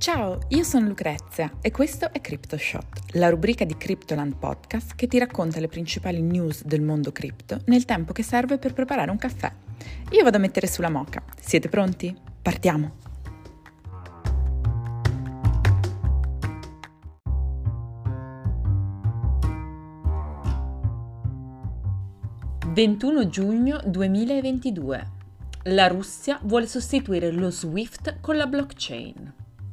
Ciao, io sono Lucrezia e questo è CryptoShot, la rubrica di Cryptoland Podcast che ti racconta le principali news del mondo cripto nel tempo che serve per preparare un caffè. Io vado a mettere sulla moka. Siete pronti? Partiamo! «21 giugno 2022. La Russia vuole sostituire lo SWIFT con la blockchain».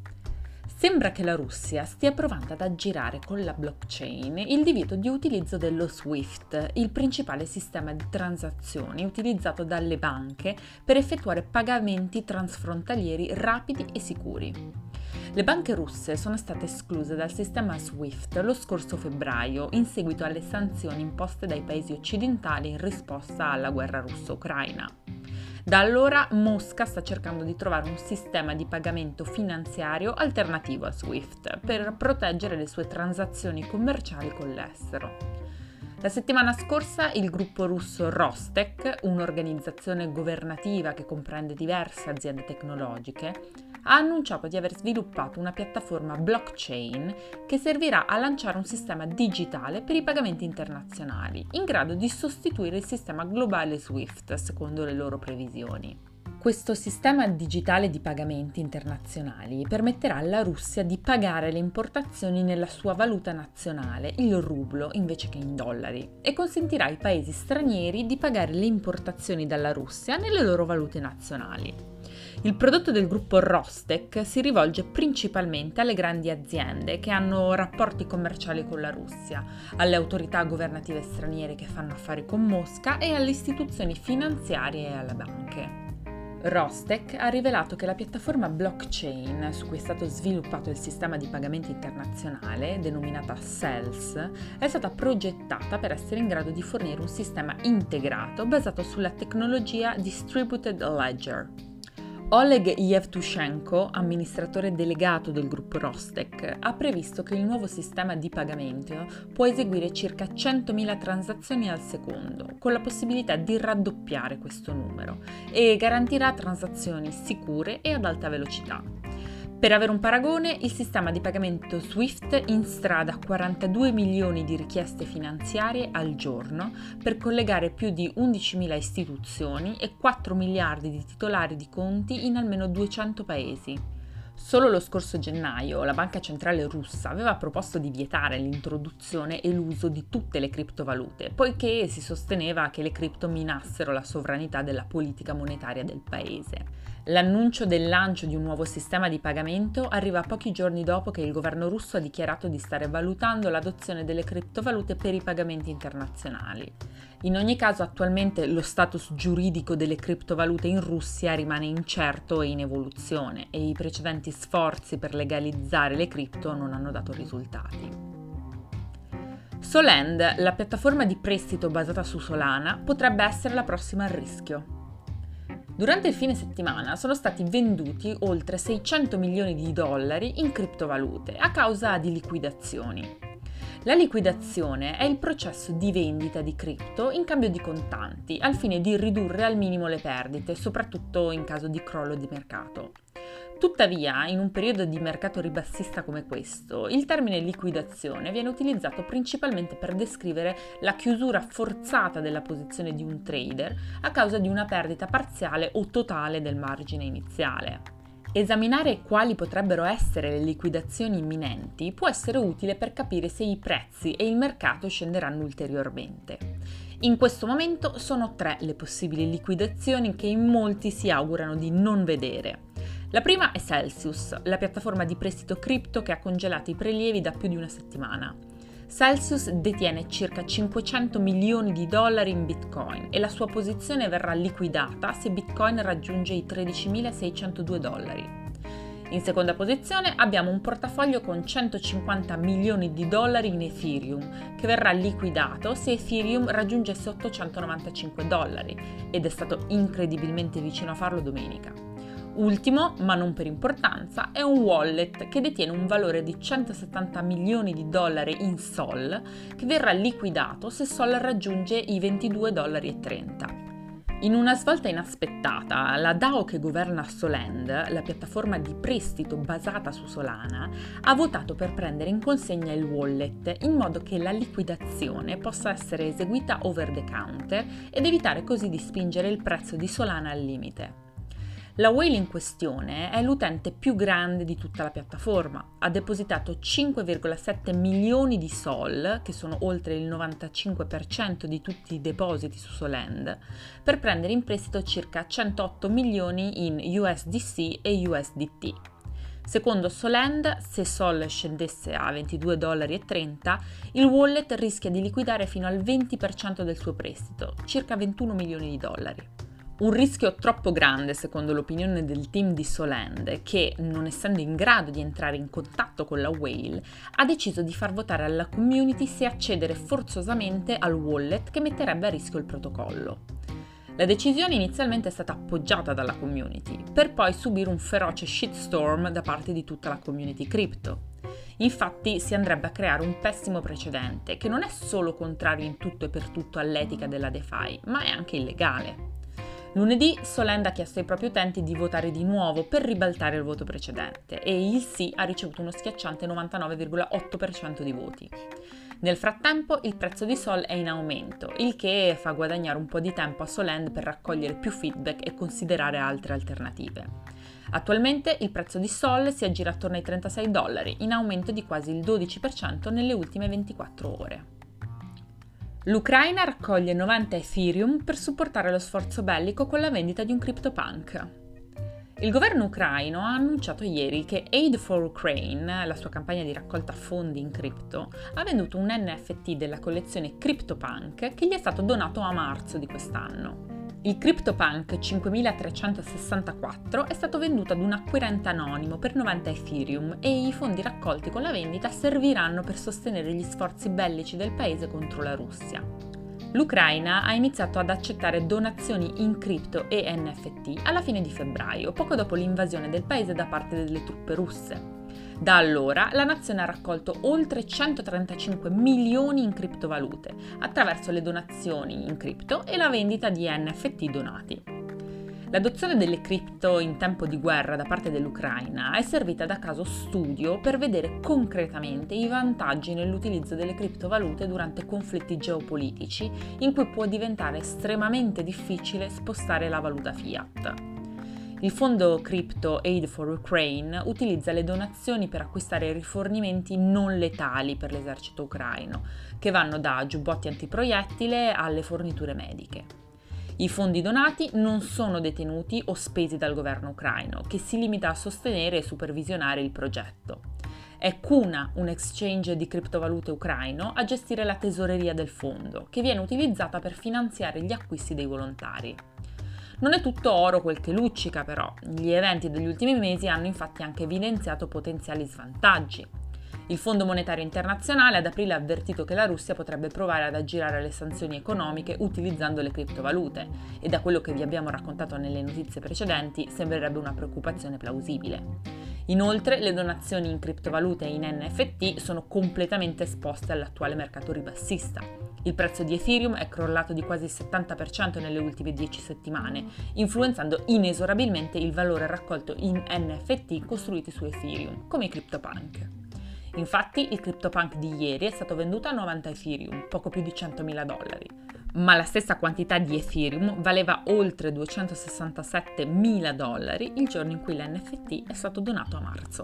Sembra che la Russia stia provando ad aggirare con la blockchain il divieto di utilizzo dello SWIFT, il principale sistema di transazioni utilizzato dalle banche per effettuare pagamenti transfrontalieri rapidi e sicuri. Le banche russe sono state escluse dal sistema SWIFT lo scorso febbraio in seguito alle sanzioni imposte dai paesi occidentali in risposta alla guerra russo-ucraina. Da allora Mosca sta cercando di trovare un sistema di pagamento finanziario alternativo a SWIFT per proteggere le sue transazioni commerciali con l'estero. La settimana scorsa il gruppo russo Rostec, un'organizzazione governativa che comprende diverse aziende tecnologiche, ha annunciato di aver sviluppato una piattaforma blockchain che servirà a lanciare un sistema digitale per i pagamenti internazionali, in grado di sostituire il sistema globale SWIFT, secondo le loro previsioni. Questo sistema digitale di pagamenti internazionali permetterà alla Russia di pagare le importazioni nella sua valuta nazionale, il rublo, invece che in dollari, e consentirà ai paesi stranieri di pagare le importazioni dalla Russia nelle loro valute nazionali. Il prodotto del gruppo Rostec si rivolge principalmente alle grandi aziende che hanno rapporti commerciali con la Russia, alle autorità governative straniere che fanno affari con Mosca e alle istituzioni finanziarie e alle banche. Rostec ha rivelato che la piattaforma blockchain su cui è stato sviluppato il sistema di pagamenti internazionale, denominata CELS, è stata progettata per essere in grado di fornire un sistema integrato basato sulla tecnologia Distributed Ledger. Oleg Yevtushenko, amministratore delegato del gruppo Rostec, ha previsto che il nuovo sistema di pagamento può eseguire circa 100.000 transazioni al secondo, con la possibilità di raddoppiare questo numero, e garantirà transazioni sicure e ad alta velocità. Per avere un paragone, il sistema di pagamento SWIFT instrada 42 milioni di richieste finanziarie al giorno per collegare più di 11.000 istituzioni e 4 miliardi di titolari di conti in almeno 200 paesi. Solo lo scorso gennaio la Banca Centrale Russa aveva proposto di vietare l'introduzione e l'uso di tutte le criptovalute, poiché si sosteneva che le cripto minassero la sovranità della politica monetaria del paese. L'annuncio del lancio di un nuovo sistema di pagamento arriva pochi giorni dopo che il governo russo ha dichiarato di stare valutando l'adozione delle criptovalute per i pagamenti internazionali. In ogni caso, attualmente lo status giuridico delle criptovalute in Russia rimane incerto e in evoluzione, e i precedenti sforzi per legalizzare le cripto non hanno dato risultati. Solend, la piattaforma di prestito basata su Solana, potrebbe essere la prossima al rischio. Durante il fine settimana sono stati venduti oltre 600 milioni di dollari in criptovalute a causa di liquidazioni. La liquidazione è il processo di vendita di cripto in cambio di contanti, al fine di ridurre al minimo le perdite, soprattutto in caso di crollo di mercato. Tuttavia, in un periodo di mercato ribassista come questo, il termine liquidazione viene utilizzato principalmente per descrivere la chiusura forzata della posizione di un trader a causa di una perdita parziale o totale del margine iniziale. Esaminare quali potrebbero essere le liquidazioni imminenti può essere utile per capire se i prezzi e il mercato scenderanno ulteriormente. In questo momento sono 3 le possibili liquidazioni che in molti si augurano di non vedere. La prima è Celsius, la piattaforma di prestito cripto che ha congelato i prelievi da più di una settimana. Celsius detiene circa 500 milioni di dollari in Bitcoin e la sua posizione verrà liquidata se Bitcoin raggiunge i 13.602 dollari. In seconda posizione abbiamo un portafoglio con 150 milioni di dollari in Ethereum, che verrà liquidato se Ethereum raggiungesse 895 dollari, ed è stato incredibilmente vicino a farlo domenica. Ultimo, ma non per importanza, è un wallet che detiene un valore di 170 milioni di dollari in Sol, che verrà liquidato se Sol raggiunge i 22,30 dollari. In una svolta inaspettata, la DAO che governa Solend, la piattaforma di prestito basata su Solana, ha votato per prendere in consegna il wallet in modo che la liquidazione possa essere eseguita over the counter ed evitare così di spingere il prezzo di Solana al limite. La whale in questione è l'utente più grande di tutta la piattaforma, ha depositato 5,7 milioni di SOL, che sono oltre il 95% di tutti i depositi su Solend, per prendere in prestito circa 108 milioni in USDC e USDT. Secondo Solend, se Sol scendesse a $22,30, il wallet rischia di liquidare fino al 20% del suo prestito, circa 21 milioni di dollari. Un rischio troppo grande, secondo l'opinione del team di Solend, che, non essendo in grado di entrare in contatto con la whale, ha deciso di far votare alla community se accedere forzosamente al wallet che metterebbe a rischio il protocollo. La decisione inizialmente è stata appoggiata dalla community, per poi subire un feroce shitstorm da parte di tutta la community crypto. Infatti si andrebbe a creare un pessimo precedente, che non è solo contrario in tutto e per tutto all'etica della DeFi, ma è anche illegale. Lunedì Solend ha chiesto ai propri utenti di votare di nuovo per ribaltare il voto precedente e il sì ha ricevuto uno schiacciante 99,8% di voti. Nel frattempo il prezzo di Sol è in aumento, il che fa guadagnare un po' di tempo a Solend per raccogliere più feedback e considerare altre alternative. Attualmente il prezzo di Sol si aggira attorno ai $36, in aumento di quasi il 12% nelle ultime 24 ore. L'Ucraina raccoglie 90 Ethereum per supportare lo sforzo bellico con la vendita di un CryptoPunk. Il governo ucraino ha annunciato ieri che Aid for Ukraine, la sua campagna di raccolta fondi in cripto, ha venduto un NFT della collezione CryptoPunk che gli è stato donato a marzo di quest'anno. Il CryptoPunk 5364 è stato venduto ad un acquirente anonimo per 90 Ethereum e i fondi raccolti con la vendita serviranno per sostenere gli sforzi bellici del paese contro la Russia. L'Ucraina ha iniziato ad accettare donazioni in cripto e NFT alla fine di febbraio, poco dopo l'invasione del paese da parte delle truppe russe. Da allora la nazione ha raccolto oltre 135 milioni in criptovalute attraverso le donazioni in cripto e la vendita di NFT donati. L'adozione delle cripto in tempo di guerra da parte dell'Ucraina è servita da caso studio per vedere concretamente i vantaggi nell'utilizzo delle criptovalute durante conflitti geopolitici in cui può diventare estremamente difficile spostare la valuta fiat. Il fondo Crypto Aid for Ukraine utilizza le donazioni per acquistare rifornimenti non letali per l'esercito ucraino, che vanno da giubbotti antiproiettile alle forniture mediche. I fondi donati non sono detenuti o spesi dal governo ucraino, che si limita a sostenere e supervisionare il progetto. È Kuna, un exchange di criptovalute ucraino, a gestire la tesoreria del fondo, che viene utilizzata per finanziare gli acquisti dei volontari. Non è tutto oro quel che luccica però, gli eventi degli ultimi mesi hanno infatti anche evidenziato potenziali svantaggi. Il Fondo Monetario Internazionale ad aprile ha avvertito che la Russia potrebbe provare ad aggirare le sanzioni economiche utilizzando le criptovalute e da quello che vi abbiamo raccontato nelle notizie precedenti sembrerebbe una preoccupazione plausibile. Inoltre le donazioni in criptovalute e in NFT sono completamente esposte all'attuale mercato ribassista. Il prezzo di Ethereum è crollato di quasi il 70% nelle ultime 10 settimane, influenzando inesorabilmente il valore raccolto in NFT costruiti su Ethereum, come i CryptoPunk. Infatti, il CryptoPunk di ieri è stato venduto a 90 Ethereum, poco più di $100.000, ma la stessa quantità di Ethereum valeva oltre $267.000 il giorno in cui l'NFT è stato donato a marzo.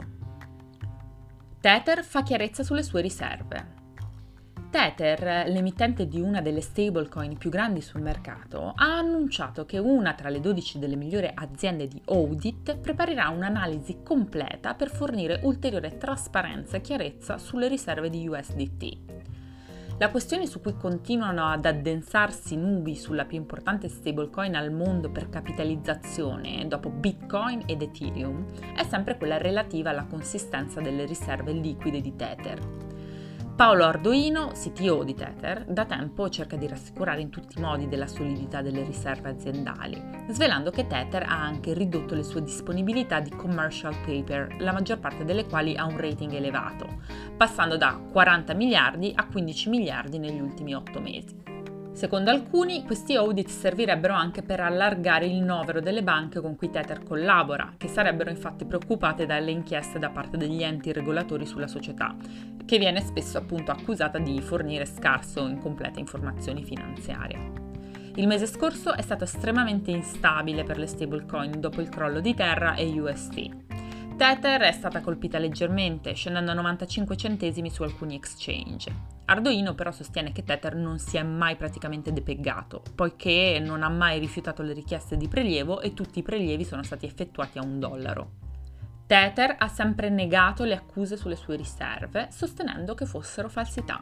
Tether fa chiarezza sulle sue riserve. Tether, l'emittente di una delle stablecoin più grandi sul mercato, ha annunciato che una tra le 12 delle migliori aziende di audit preparerà un'analisi completa per fornire ulteriore trasparenza e chiarezza sulle riserve di USDT. La questione su cui continuano ad addensarsi nubi sulla più importante stablecoin al mondo per capitalizzazione, dopo Bitcoin ed Ethereum, è sempre quella relativa alla consistenza delle riserve liquide di Tether. Paolo Ardoino, CTO di Tether, da tempo cerca di rassicurare in tutti i modi della solidità delle riserve aziendali, svelando che Tether ha anche ridotto le sue disponibilità di commercial paper, la maggior parte delle quali ha un rating elevato, passando da 40 miliardi a 15 miliardi negli ultimi 8 mesi. Secondo alcuni, questi audit servirebbero anche per allargare il novero delle banche con cui Tether collabora, che sarebbero infatti preoccupate dalle inchieste da parte degli enti regolatori sulla società, che viene spesso appunto accusata di fornire scarse o incomplete informazioni finanziarie. Il mese scorso è stato estremamente instabile per le stablecoin dopo il crollo di Terra e UST. Tether è stata colpita leggermente, scendendo a 95 centesimi su alcuni exchange. Ardoino però sostiene che Tether non si è mai praticamente depeggato, poiché non ha mai rifiutato le richieste di prelievo e tutti i prelievi sono stati effettuati a $1. Tether ha sempre negato le accuse sulle sue riserve, sostenendo che fossero falsità.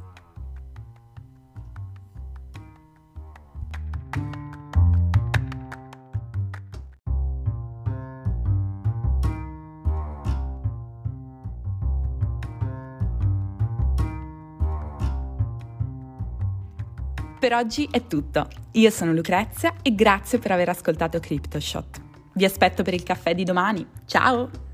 Per oggi è tutto. Io sono Lucrezia e grazie per aver ascoltato CryptoShot. Vi aspetto per il caffè di domani. Ciao!